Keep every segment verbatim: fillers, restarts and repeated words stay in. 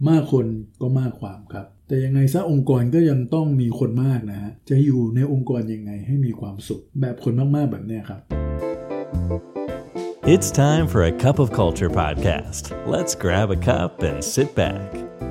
มากคนก็มากความครับแต่ยังไงซะองค์กรก็ยังต้องมีคนมากนะฮะจะอยู่ในองค์กรยังไงให้มีความสุขแบบคนมากๆแบบนี้ครับ It's time for a cup of culture podcast. Let's grab a cup and sit back.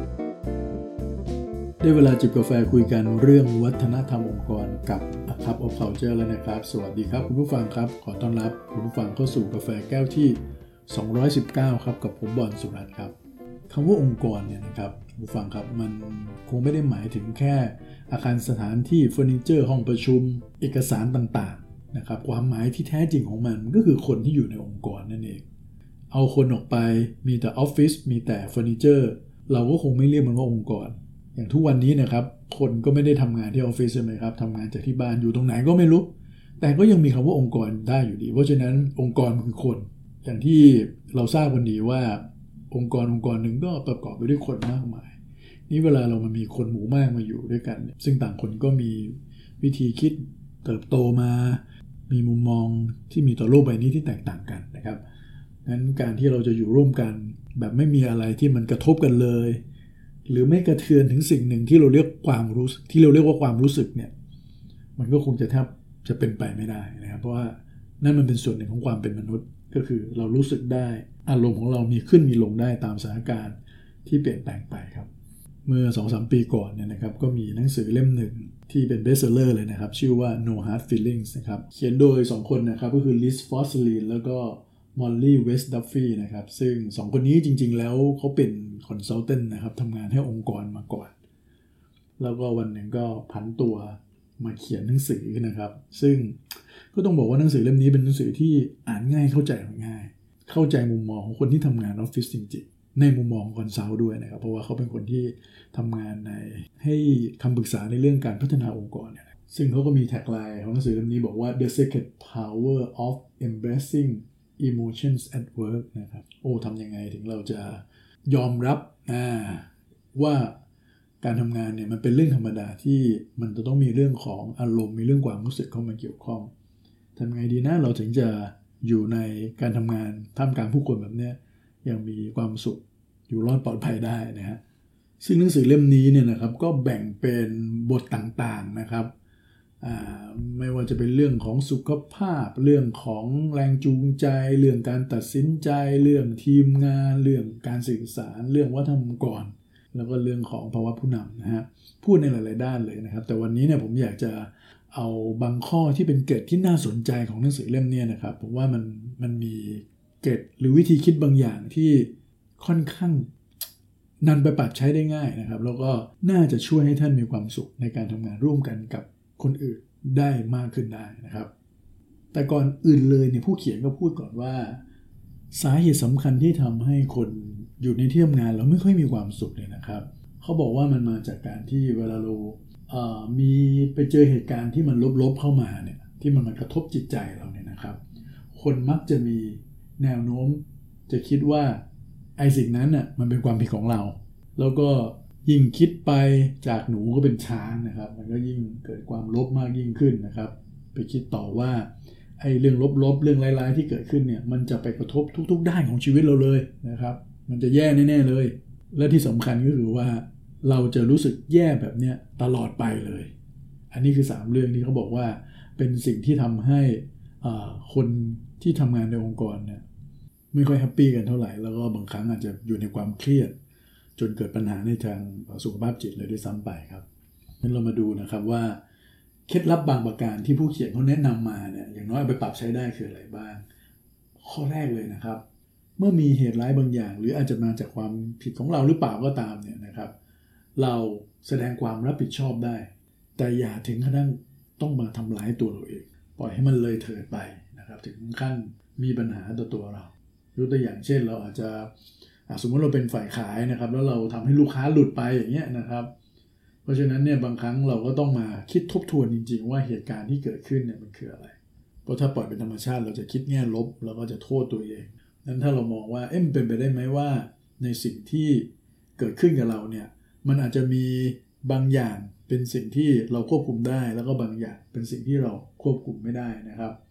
ได้เวลาจิบกาแฟคุยกันเรื่องวัฒนธรรมองค์กรกับ A Cup of Culture แล้วนะครับสวัสดีครับคุณผู้ฟังครับขอต้อนรับคุณผู้ฟังเข้าสู่กาแฟแก้วที่สองร้อยสิบเก้าครับกับผมบอลสุรัตน์ครับคำว่าองค์กรเนี่ยนะครับคุณผู้ฟังครับมันคงไม่ได้หมายถึงแค่อาคารสถานที่เฟอร์นิเจอร์ห้องประชุมเอกสารต่างๆนะครับความหมายที่แท้จริงของมันก็คือคนที่อยู่ในองค์กรนั่นเองเอาคนออกไปมีแต่ออฟฟิศมีแต่เฟอร์นิเจอร์เราก็คงไม่เรียกมันว่าองค์กรอย่างทุกวันนี้นะครับคนก็ไม่ได้ทำงานที่ออฟฟิศใช่ไหมครับทำงานจากที่บ้านอยู่ตรงไหนก็ไม่รู้แต่ก็ยังมีคำว่าองค์กรได้อยู่ดีเพราะฉะนั้นองค์กรคือคนอย่างที่เราทราบกันดีว่าองค์กรองค์กรหนึ่งก็ประกอบไปด้วยคนมากมายนี่เวลาเรามันมีคนหมู่มากมาอยู่ด้วยกันซึ่งต่างคนก็มีวิธีคิดเติบโตมามีมุมมองที่มีต่อโลกใบนี้ที่แตกต่างกันนะครับงั้นการที่เราจะอยู่ร่วมกันแบบไม่มีอะไรที่มันกระทบกันเลยหรือไม่กระเทือนถึงสิ่งหนึ่งที่เราเรียกความรู้ที่เราเรียกว่าความรู้สึกเนี่ยมันก็คงจะแทบจะเป็นไปไม่ได้นะครับเพราะว่านั่นมันเป็นส่วนหนึ่งของความเป็นมนุษย์ก็คือเรารู้สึกได้อารมณ์ของเรามีขึ้นมีลงได้ตามสถานการณ์ที่เปลี่ยนแปลงไปครับเมื่อ สองถึงสาม ปีก่อนเนี่ยนะครับก็มีหนังสือเล่มหนึ่งที่เป็นเบสเซลเลอร์เลยนะครับชื่อว่า No Hard Feelings นะครับเขียนโดยสองคนนะครับก็คือ Liz Fosslien แล้วก็ Molly West Duffy นะครับซึ่งสองคนนี้จริงๆแล้วเขาเป็นคอนซัลแทนต์นะครับทำงานให้องค์กรมาก่อนแล้วก็วันหนึ่งก็ผันตัวมาเขียนหนังสือนะครับซึ่งก็ต้องบอกว่าหนังสือเล่มนี้เป็นหนังสือที่อ่านง่ายเข้าใจง่ายเข้าใจมุมมองของคนที่ทำงานออฟฟิศจริงๆในมุมมองของคอนซัลท์ด้วยนะครับเพราะว่าเขาเป็นคนที่ทำงานในให้คำปรึกษาในเรื่องการพัฒนาองค์กรเนี่ยซึ่งเขาก็มีแท็กไลน์ของหนังสือเล่มนี้บอกว่า The Secret Power of Embracing Emotions at Work นะครับโอ้ทำยังไงถึงเราจะยอมรับอ่าว่าการทำงานเนี่ยมันเป็นเรื่องธรรมดาที่มันจะต้องมีเรื่องของอารมณ์มีเรื่องความรู้สึกเข้ามาเกี่ยวข้องทำไงดีนะเราถึงจะอยู่ในการทำงานท่ามกลางผู้คนแบบนี้ยังมีความสุขอยู่รอดปลอดภัยได้นะฮะซึ่งหนังสือเล่มนี้เนี่ยนะครับก็แบ่งเป็นบทต่างๆนะครับไม่ว่าจะเป็นเรื่องของสุขภาพเรื่องของแรงจูงใจเรื่องการตัดสินใจเรื่องทีมงานเรื่องการสื่อสารเรื่องวัฒนธรรมองค์กรแล้วก็เรื่องของภาวะผู้นำนะฮะพูดในหลายๆด้านเลยนะครับแต่วันนี้เนี่ยผมอยากจะเอาบางข้อที่เป็นเกร็ดที่น่าสนใจของหนังสือเล่มนี้นะครับผมว่ามันมันมีเกร็ดหรือวิธีคิดบางอย่างที่ค่อนข้างนำไปปรับใช้ได้ง่ายนะครับแล้วก็น่าจะช่วยให้ท่านมีความสุขในการทำงานร่วมกันกับคนอื่นได้มากขึ้นได้นะครับแต่ก่อนอื่นเลยเนี่ยผู้เขียนก็พูดก่อนว่าสาเหตุสำคัญที่ทำให้คนอยู่ในที่ทำงานแล้วไม่ค่อยมีความสุขเนี่ยนะครับเขาบอกว่ามันมาจากการที่เวลาเราเอ่อมีไปเจอเหตุการณ์ที่มันลบๆเข้ามาเนี่ยที่มันมากระทบจิตใจเราเนี่ยนะครับคนมักจะมีแนวโน้มจะคิดว่าไอ้สิ่งนั้นน่ะมันเป็นความผิดของเราแล้วก็ยิ่งคิดไปจากหนูก็เป็นช้างนะครับมันก็ยิ่งเกิดความลบมากยิ่งขึ้นนะครับไปคิดต่อว่าไอ้เรื่องลบๆเรื่องร้ายๆที่เกิดขึ้นเนี่ยมันจะไปกระทบทุกๆด้านของชีวิตเราเลยนะครับมันจะแย่แน่ๆเลยและที่สำคัญก็คือว่าเราจะรู้สึกแย่แบบเนี้ยตลอดไปเลยอันนี้คือสามเรื่องที่เขาบอกว่าเป็นสิ่งที่ทำให้คนที่ทำงานในองค์กรเนี่ยไม่ค่อยแฮปปี้กันเท่าไหร่แล้วก็บางครั้งอาจจะอยู่ในความเครียดจนเกิดปัญหาในทางสุขภาพจิตเลยด้วยซ้ำไปครับงั้นเรามาดูนะครับว่าเคล็ดลับบางประการที่ผู้เขียนเขาแนะนำมาเนี่ยอย่างน้อยเอาไปปรับใช้ได้คืออะไรบ้างข้อแรกเลยนะครับเมื่อมีเหตุร้ายบางอย่างหรืออาจจะมาจากความผิดของเราหรือเปล่าก็ตามเนี่ยนะครับเราแสดงความรับผิดชอบได้แต่อย่าถึงขั้นต้องมาทำร้ายตัวเราเองปล่อยให้มันเลยเถิดไปนะครับถึงขั้นมีปัญหาต่อตัวเรายกตัวอย่างเช่นเราอาจจะสมมติเราเป็นฝ่ายขายนะครับแล้วเราทำให้ลูกค้าหลุดไปอย่างเงี้ยนะครับเพราะฉะนั้นเนี่ยบางครั้งเราก็ต้องมาคิดทบทวนจริงๆว่าเหตุการณ์ที่เกิดขึ้นเนี่ยมันคืออะไรเพราะถ้าปล่อยเป็นธรรมชาติเราจะคิดแง่ลบเราก็จะโทษตัวเองนั้นถ้าเรามองว่าเอ๊ะมันเป็นไปได้ไหมว่าในสิ่งที่เกิดขึ้นกับเราเนี่ยมันอาจจะมีบางอย่างเป็นสิ่งที่เราควบคุมได้แล้วก็บางอย่างเป็นสิ่งที่เราควบคุมไม่ได้นะครับ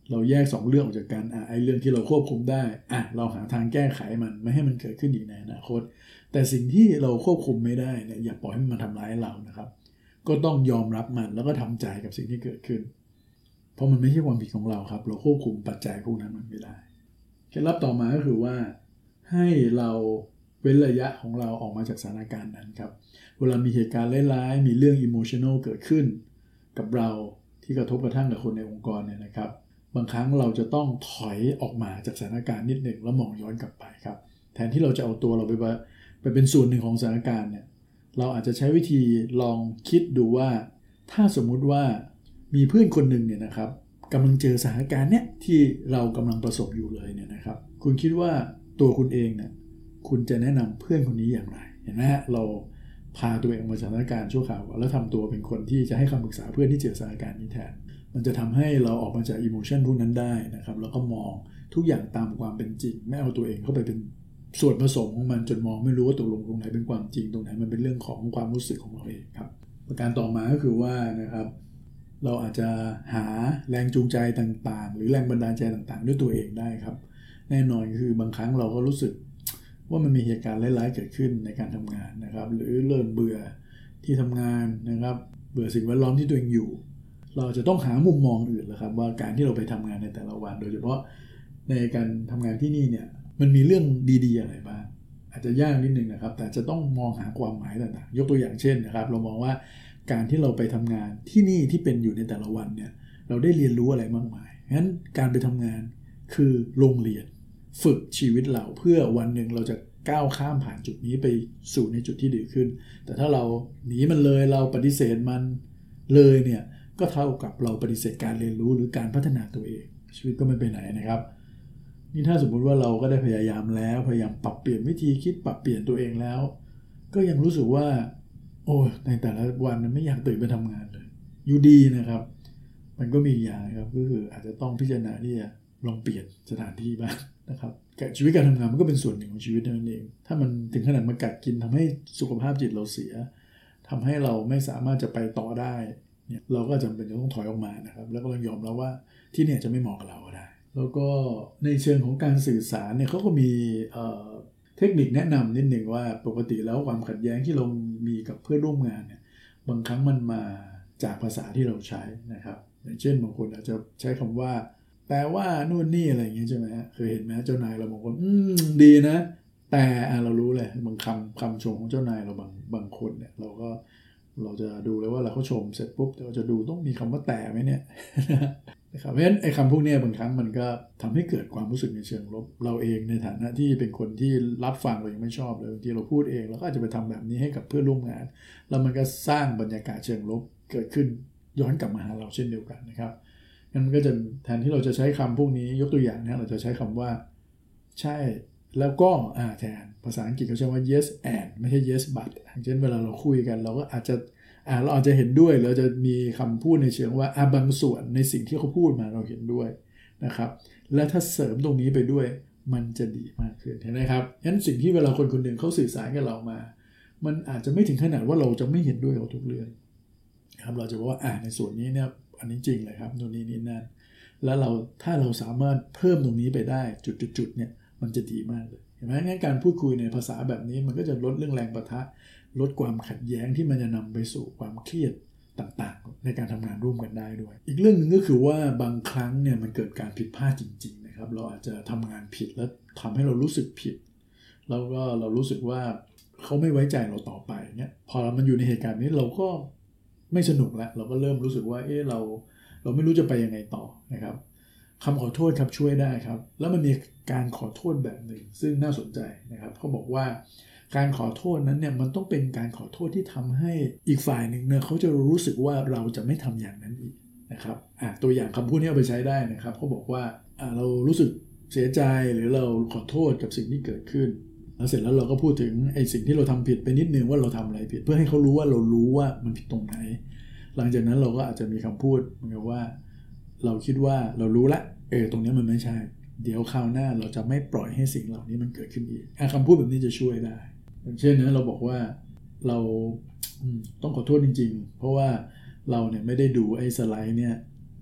เราแยกสองเรื่องออกจากกันอ่ะไอ้เรื่องที่เราควบคุมได้อ่ะเราหาทางแก้ไขมันไม่ให้มันเกิดขึ้นอีกในอนาคตแต่สิ่งที่เราควบคุมไม่ได้เนี่ยอย่าปล่อยให้มันมาทำร้ายเรานะครับก็ต้องยอมรับมันแล้วก็ทำใจกับสิ่งที่เกิดขึ้นเพราะมันไม่ใช่ความผิดของเราครับเราควบคุมปัจจัยพวกนั้นมันไม่ได้เคล็ดลับต่อมาก็คือว่าให้เราเว้นระยะของเราออกมาจากสถานการณ์นั้นครับเวลามีเหตุการณ์ร้ายๆมีเรื่อง emotional เกิดขึ้นกับเราที่กระทบกระทั่งกับคนในองค์กรเนี่ยนะครับบางครั้งเราจะต้องถอยออกมาจากสถานการณ์นิดหนึ่งแล้วมองย้อนกลับไปครับแทนที่เราจะเอาตัวเราไปไปเป็นส่วนหนึ่งของสถานการณ์เนี่ยเราอาจจะใช้วิธีลองคิดดูว่าถ้าสมมุติว่ามีเพื่อนคนหนึ่งเนี่ยนะครับกำลังเจอสถานการณ์เนี้ยที่เรากำลังประสบอยู่เลยเนี่ยนะครับคุณคิดว่าตัวคุณเองเนี่ยคุณจะแนะนำเพื่อนคนนี้อย่างไรเห็นไหมฮะเราพาตัวเองมาจากสถานการณ์ชั่วคราวแล้วทำตัวเป็นคนที่จะให้คำปรึกษาเพื่อนที่เจอสถานการณ์นี้แทนมันจะทำให้เราออกมาจากอิโมชันพวกนั้นได้นะครับแล้วก็มองทุกอย่างตามความเป็นจริงไม่เอาตัวเองเข้าไปเป็นส่วนผสมของมันจนมองไม่รู้ว่าตกลงตรงไหนเป็นความจริงตรงไหนมันเป็นเรื่องของความรู้สึกของเราเองครับประการต่อมาก็คือว่านะครับเราอาจจะหาแรงจูงใจต่างๆหรือแรงบันดาลใจต่างๆด้วยตัวเองได้ครับแน่นอนคือบางครั้งเราก็รู้สึกว่ามันมีเหตุการณ์ร้ายๆเกิดขึ้นในการทำงานนะครับหรือเริ่มเบื่อที่ทำงานนะครับเบื่อสิ่งแวดล้อมที่ตัวเองอยู่เราจะต้องหามุมมองอื่นแล้วครับว่าการที่เราไปทำงานในแต่ละวันโดยเฉพาะในการทำงานที่นี่เนี่ยมันมีเรื่องดีๆอะไรบ้างอาจจะยากนิดนึงนะครับแต่จะต้องมองหาความหมายต่างๆยกตัวอย่างเช่นนะครับเรามองว่าการที่เราไปทำงานที่นี่ที่เป็นอยู่ในแต่ละวันเนี่ยเราได้เรียนรู้อะไรมากมายงั้นการไปทำงานคือโรงเรียนฝึกชีวิตเราเพื่อวันหนึ่งเราจะก้าวข้ามผ่านจุดนี้ไปสู่ในจุดที่ดีขึ้นแต่ถ้าเราหนีมันเลยเราปฏิเสธมันเลยเนี่ยก็เท่ากับเราปฏิเสธการเรียนรู้หรือการพัฒนาตัวเองชีวิตก็ไม่ไปไหนนะครับนี่ถ้าสมมุติว่าเราก็ได้พยายามแล้วพยายามปรับเปลี่ยนวิธีคิดปรับเปลี่ยนตัวเองแล้วก็ยังรู้สึกว่าโอ้ในแต่ละวันมันไม่อยากตื่นไปทำงานเลยอยู่ดีนะครับมันก็มีอย่างครับก็คืออาจจะต้องพิจารณาที่จะลองเปลี่ยนสถานที่บ้างนะครับชีวิตการทำงานมันก็เป็นส่วนหนึ่งของชีวิตนั่นเองถ้ามันถึงขนาดมากัดกินทำให้สุขภาพจิตเราเสียทำให้เราไม่สามารถจะไปต่อได้เนี่ยเราก็จำเป็นจะต้องถอยออกมานะครับแล้วก็ต้องยอมรับว่าที่เนี่ยจะไม่เหมาะกับเราก็ได้แล้วก็ในเชิงของการสื่อสารเนี่ยเขาก็มีเอ่อเทคนิคแนะนำนิดหนึ่งว่าปกติแล้วความขัดแย้งที่เรามีกับเพื่อนร่วมงานเนี่ยบางครั้งมันมาจากภาษาที่เราใช้นะครับอย่างเช่นบางคนอาจจะใช้คำว่าแปลว่านู่นนี่อะไรอย่างเงี้ยใช่ไหมฮะเคยเห็นไหมเจ้านายเราบางคนอืมดีนะแต่เรารู้เลยบางคำคำชมของเจ้านายเราบางบางคนเนี่ยเราก็เราจะดูเลยว่าเราเขาชมเสร็จปุ๊บเราจะดูต้องมีคำว่าแต่ไหมเนี่ยนะครับเพราะฉะนั้นไอ้คำพวกนี้บางครั้งมันก็ทำให้เกิดความรู้สึกในเชิงลบเราเองในฐานะที่เป็นคนที่รับฟังเรายังไม่ชอบเลยบางทีเราพูดเองเราก็อาจจะไปทำแบบนี้ให้กับเพื่อนร่วมงานแล้วมันก็สร้างบรรยากาศเชิงลบเกิดขึ้นย้อนกลับมาหาเราเช่นเดียวกันนะครับงั้นมันก็จะแทนที่เราจะใช้คำพวกนี้ยกตัวอย่างนะเราจะใช้คำว่าใช่แล้วก็อ่าแทนภาษาอังกฤษเขาใช้ว่า yes and ไม่ใช่ yes but อย่างเช่นเวลาเราคุยกันเราก็อาจจะอ่าเราอาจจะเห็นด้วยเราจะมีคำพูดในเชิงว่าอ่าบางส่วนในสิ่งที่เขาพูดมาเราเห็นด้วยนะครับและถ้าเสริมตรงนี้ไปด้วยมันจะดีมากขึ้นเห็นไหมครับงั้นสิ่งที่เวลาคนคนหนึ่งเขาสื่อสารกับเรามามันอาจจะไม่ถึงขนาดว่าเราจะไม่เห็นด้วยกับทุกเรื่องครับเราจะบอกว่าอ่าในส่วนนี้เนี่ยอันนี้จริงเลยครับนู่นนี่นี่นั่นแล้วเราถ้าเราสามารถเพิ่มตรงนี้ไปได้จุดๆๆเนี่ยมันจะดีมากเลยเห็นไหมงั้นการพูดคุยในภาษาแบบนี้มันก็จะลดเรื่องแรงปะทะลดความขัดแย้งที่มันจะนำไปสู่ความเครียดต่างๆในการทำงานร่วมกันได้ด้วยอีกเรื่องนึงก็คือว่าบางครั้งเนี่ยมันเกิดการผิดพลาดจริงๆนะครับเราอาจจะทำงานผิดแล้วทำให้เรารู้สึกผิดแล้วก็เรารู้สึกว่าเขาไม่ไว้ใจเราต่อไปเนี่ยพอมันอยู่ในเหตุการณ์นี้เราก็ไม่สนุกแล้วเราก็เริ่มรู้สึกว่าเออเราเราไม่รู้จะไปยังไงต่อนะครับคำขอโทษครับช่วยได้ครับแล้วมันมีการขอโทษแบบหนึ่งซึ่งน่าสนใจนะครับเขาบอกว่าการขอโทษนั้นเนี่ยมันต้องเป็นการขอโทษที่ทำให้อีกฝ่ายหนึ่งเนี่ยเขาจะรู้สึกว่าเราจะไม่ทำอย่างนั้นอีกนะครับอ่ะตัวอย่างคำพูดนี้เอาไปใช้ได้นะครับเขาบอกว่าอ่ะเรารู้สึกเสียใจหรือเราขอโทษกับสิ่งที่เกิดขึ้นแล้วเสร็จแล้วเราก็พูดถึงไอ้สิ่งที่เราทำผิดไปนิดนึงว่าเราทำอะไรผิดเพื่อให้เขารู้ว่าเรารู้ว่ามันผิดตรงไหนหลังจากนั้นเราก็อาจจะมีคำพูดเหมือนกับว่าเราคิดว่าเรารู้ละเออตรงนี้มันไม่ใช่เดี๋ยวคราวหน้าเราจะไม่ปล่อยให้สิ่งเหล่านี้มันเกิดขึ้นอีกคำพูดแบบนี้จะช่วยได้อย่างเช่นนะเราบอกว่าเราต้องขอโทษจริงๆเพราะว่าเราเนี่ยไม่ได้ดูไอ้สไลด์เนี่ย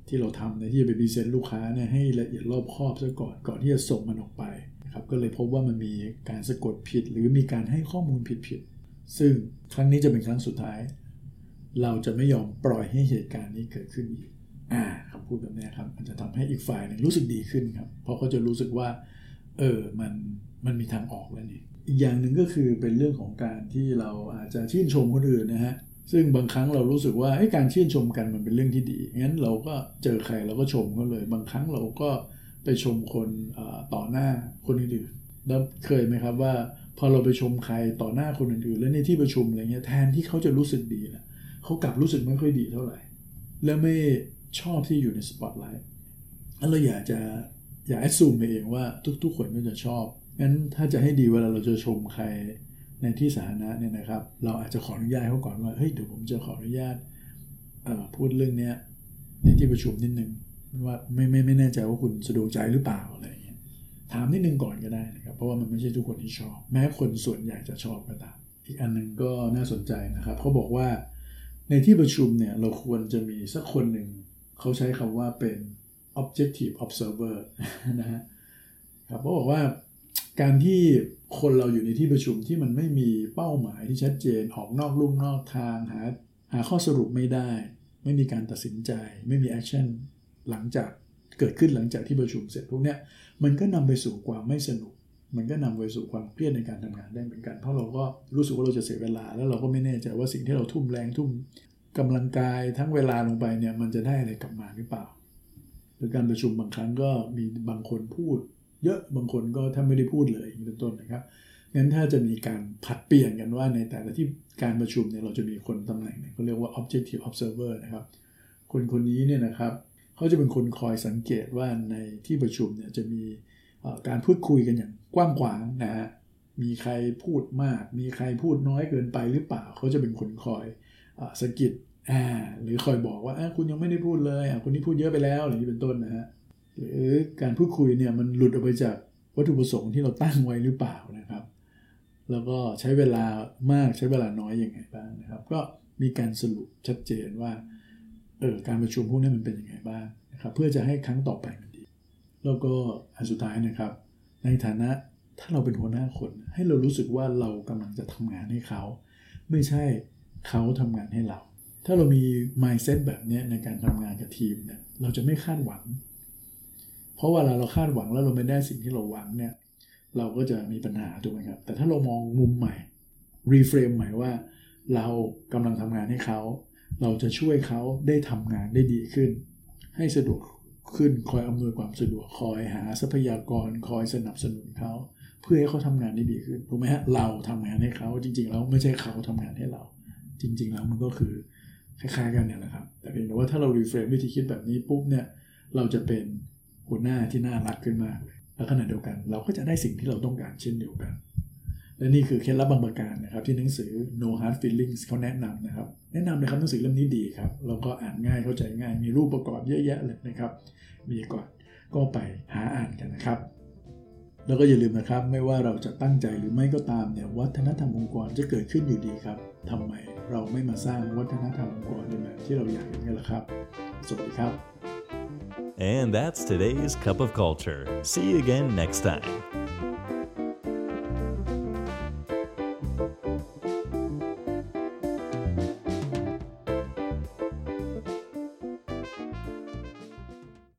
ที่เราทำในที่จะไปพรีเซนต์ลูกค้าเนี่ยให้ละเอียดรอบคอบซะก่อนก่อนที่จะส่งมันออกไปนะครับก็เลยพบว่ามันมีการสะกดผิดหรือมีการให้ข้อมูลผิดๆซึ่งครั้งนี้จะเป็นครั้งสุดท้ายเราจะไม่ยอมปล่อยให้เหตุการณ์นี้เกิดขึ้นอีกอ่าคำพูดแบบนี้ครับมันจะทำให้อีกฝ่ายหนึ่งรู้สึกดีขึ้นครับเพราะเขาจะรู้สึกว่าเออมันมันมีทางออกแล้วนี่อีกอย่างหนึ่งก็คือเป็นเรื่องของการที่เราอาจจะชื่นชมคนอื่นนะฮะซึ่งบางครั้งเรารู้สึกว่าการชื่นชมกันมันเป็นเรื่องที่ดีงั้นเราก็เจอใครเราก็ชมเขาเลยบางครั้งเราก็ไปชมคนต่อหน้าคนอื่นๆแล้วเคยไหมครับว่าพอเราไปชมใครต่อหน้าคนอื่นๆแล้วในที่ประชุมอะไรเงี้ยแทนที่เขาจะรู้สึกดีนะเขากลับรู้สึกไม่ค่อยดีเท่าไหร่และไม่ชอบที่อยู่ในสปอตไลท์แล้วเราอยากจะอยากแอดซูมไปเองว่าทุกๆคนก็จะชอบงั้นถ้าจะให้ดีเวลาเราจะชมใครในที่สาธารณะเนี่ยนะครับเราอาจจะขออนุญาตเขาก่อนว่าเฮ้ยเดี๋ยวผมจะขออนุญาตพูดเรื่องนี้ในที่ประชุมนิดนึงว่าไม่ไม่ไม่แน่ใจว่าคุณสะดวกใจหรือเปล่าอะไรอย่างเงี้ยถามนิดนึงก่อนก็ได้นะครับเพราะว่ามันไม่ใช่ทุกคนที่ชอบแม้คนส่วนใหญ่จะชอบก็ตามอีกอันนึงก็น่าสนใจนะครับเขาบอกว่าในที่ประชุมเนี่ยเราควรจะมีสักคนหนึ่งเขาใช้คำว่าเป็น objective observer นะฮะครับเขาบอกว่าการที่คนเราอยู่ในที่ประชุมที่มันไม่มีเป้าหมายที่ชัดเจนออกนอกลู่นอกทางหาหาข้อสรุปไม่ได้ไม่มีการตัดสินใจไม่มีแอคชั่นหลังจากเกิดขึ้นหลังจากที่ประชุมเสร็จพวกเนี้ยมันก็นำไปสู่ความไม่สนุกมันก็นำไปสู่ความเครียดในการทำงานได้เหมือนกันเพราะเราก็รู้สึกว่าเราจะเสียเวลาแล้วเราก็ไม่แน่ใจว่าสิ่งที่เราทุ่มแรงทุ่มกำลังกายทั้งเวลาลงไปเนี่ยมันจะได้อะไรกลับมาหรือเปล่าหรือการประชุมบางครั้งก็มีบางคนพูดเยอะบางคนก็ถ้าไม่ได้พูดเลยเป็นต้นนะครับงั้นถ้าจะมีการผัดเปลี่ยนกันว่าในแต่ละที่การประชุมเนี่ยเราจะมีคนตำแหน่งเนี่ยเขาเรียกว่า objective observer นะครับคนคนนี้เนี่ยนะครับเขาจะเป็นคนคอยสังเกตว่าในที่ประชุมเนี่ยจะมีการพูดคุยกันอย่างกว้างขวางนะฮะมีใครพูดมากมีใครพูดน้อยเกินไปหรือเปล่าเขาจะเป็นคนคอยสะกิดอ่าหรือคอยบอกว่าคุณยังไม่ได้พูดเลยอ่ะคุณนี่พูดเยอะไปแล้วอะไรนี้เป็นต้นนะฮะหรือการพูดคุยเนี่ยมันหลุดออกไปจากวัตถุประสงค์ที่เราตั้งไว้หรือเปล่านะครับแล้วก็ใช้เวลามากใช้เวลาน้อยยังไงบ้างนะครับก็มีการสรุปชัดเจนว่าเออการประชุมพวกนี้มันเป็นยังไงบ้างนะครับเพื่อจะให้ครั้งต่อไปมันดีแล้วก็อันสุดท้ายนะครับในฐานะถ้าเราเป็นหัวหน้าคนให้เรารู้สึกว่าเรากำลังจะทำงานให้เขาไม่ใช่เขาทำงานให้เราถ้าเรามี mindset แบบนี้ในการทำงานกับทีมเนี่ยเราจะไม่คาดหวังเพราะเวลาเราคาดหวังแล้วเราไม่ได้สิ่งที่เราหวังเนี่ยเราก็จะมีปัญหาถูกไหมครับแต่ถ้าเรามองมุมใหม่รีเฟรมใหม่ว่าเรากำลังทำงานให้เขาเราจะช่วยเขาได้ทำงานได้ดีขึ้นให้สะดวกขึ้นคอยอำนวยความสะดวกคอยหาทรัพยากรคอยสนับสนุนเขาเพื่อให้เขาทำงานได้ดีขึ้นถูกไหมฮะเราทำงานให้เขาจริงๆแล้วไม่ใช่เขาทำงานให้เราจริงๆแล้วมันก็คือคล้ายๆกันเนี่ยแหละครับแต่เพียงแต่ว่าถ้าเรารีเฟรมวิธีคิดแบบนี้ปุ๊บเนี่ยเราจะเป็นหัวหน้าที่น่ารักขึ้นมากเลยและขณะเดียวกันเราก็จะได้สิ่งที่เราต้องการเช่นเดียวกันและนี่คือเคล็ดลับบางประการนะครับที่หนังสือ No Hard Feelings เขาแนะนำนะครับแนะนำเลยครับหนังสือเล่มนี้ดีครับแล้วก็อ่านง่ายเข้าใจง่ายมีรูปประกอบเยอะแยะเลยนะครับมีก่อนก็ไปหาอ่านกันนะครับแล้วก็อย่าลืมนะครับไม่ว่าเราจะตั้งใจหรือไม่ก็ตามเนี่ยวัฒนธรรมองค์กรจะเกิดขึ้นอยู่ดีครับทำไมเราไม่มาสร้างวัฒนธรรมองค์กรในแบบที่เราอยากเห็นกันล่ะครับสวัสดีครับ And that's today's Cup of Culture. See you again next time.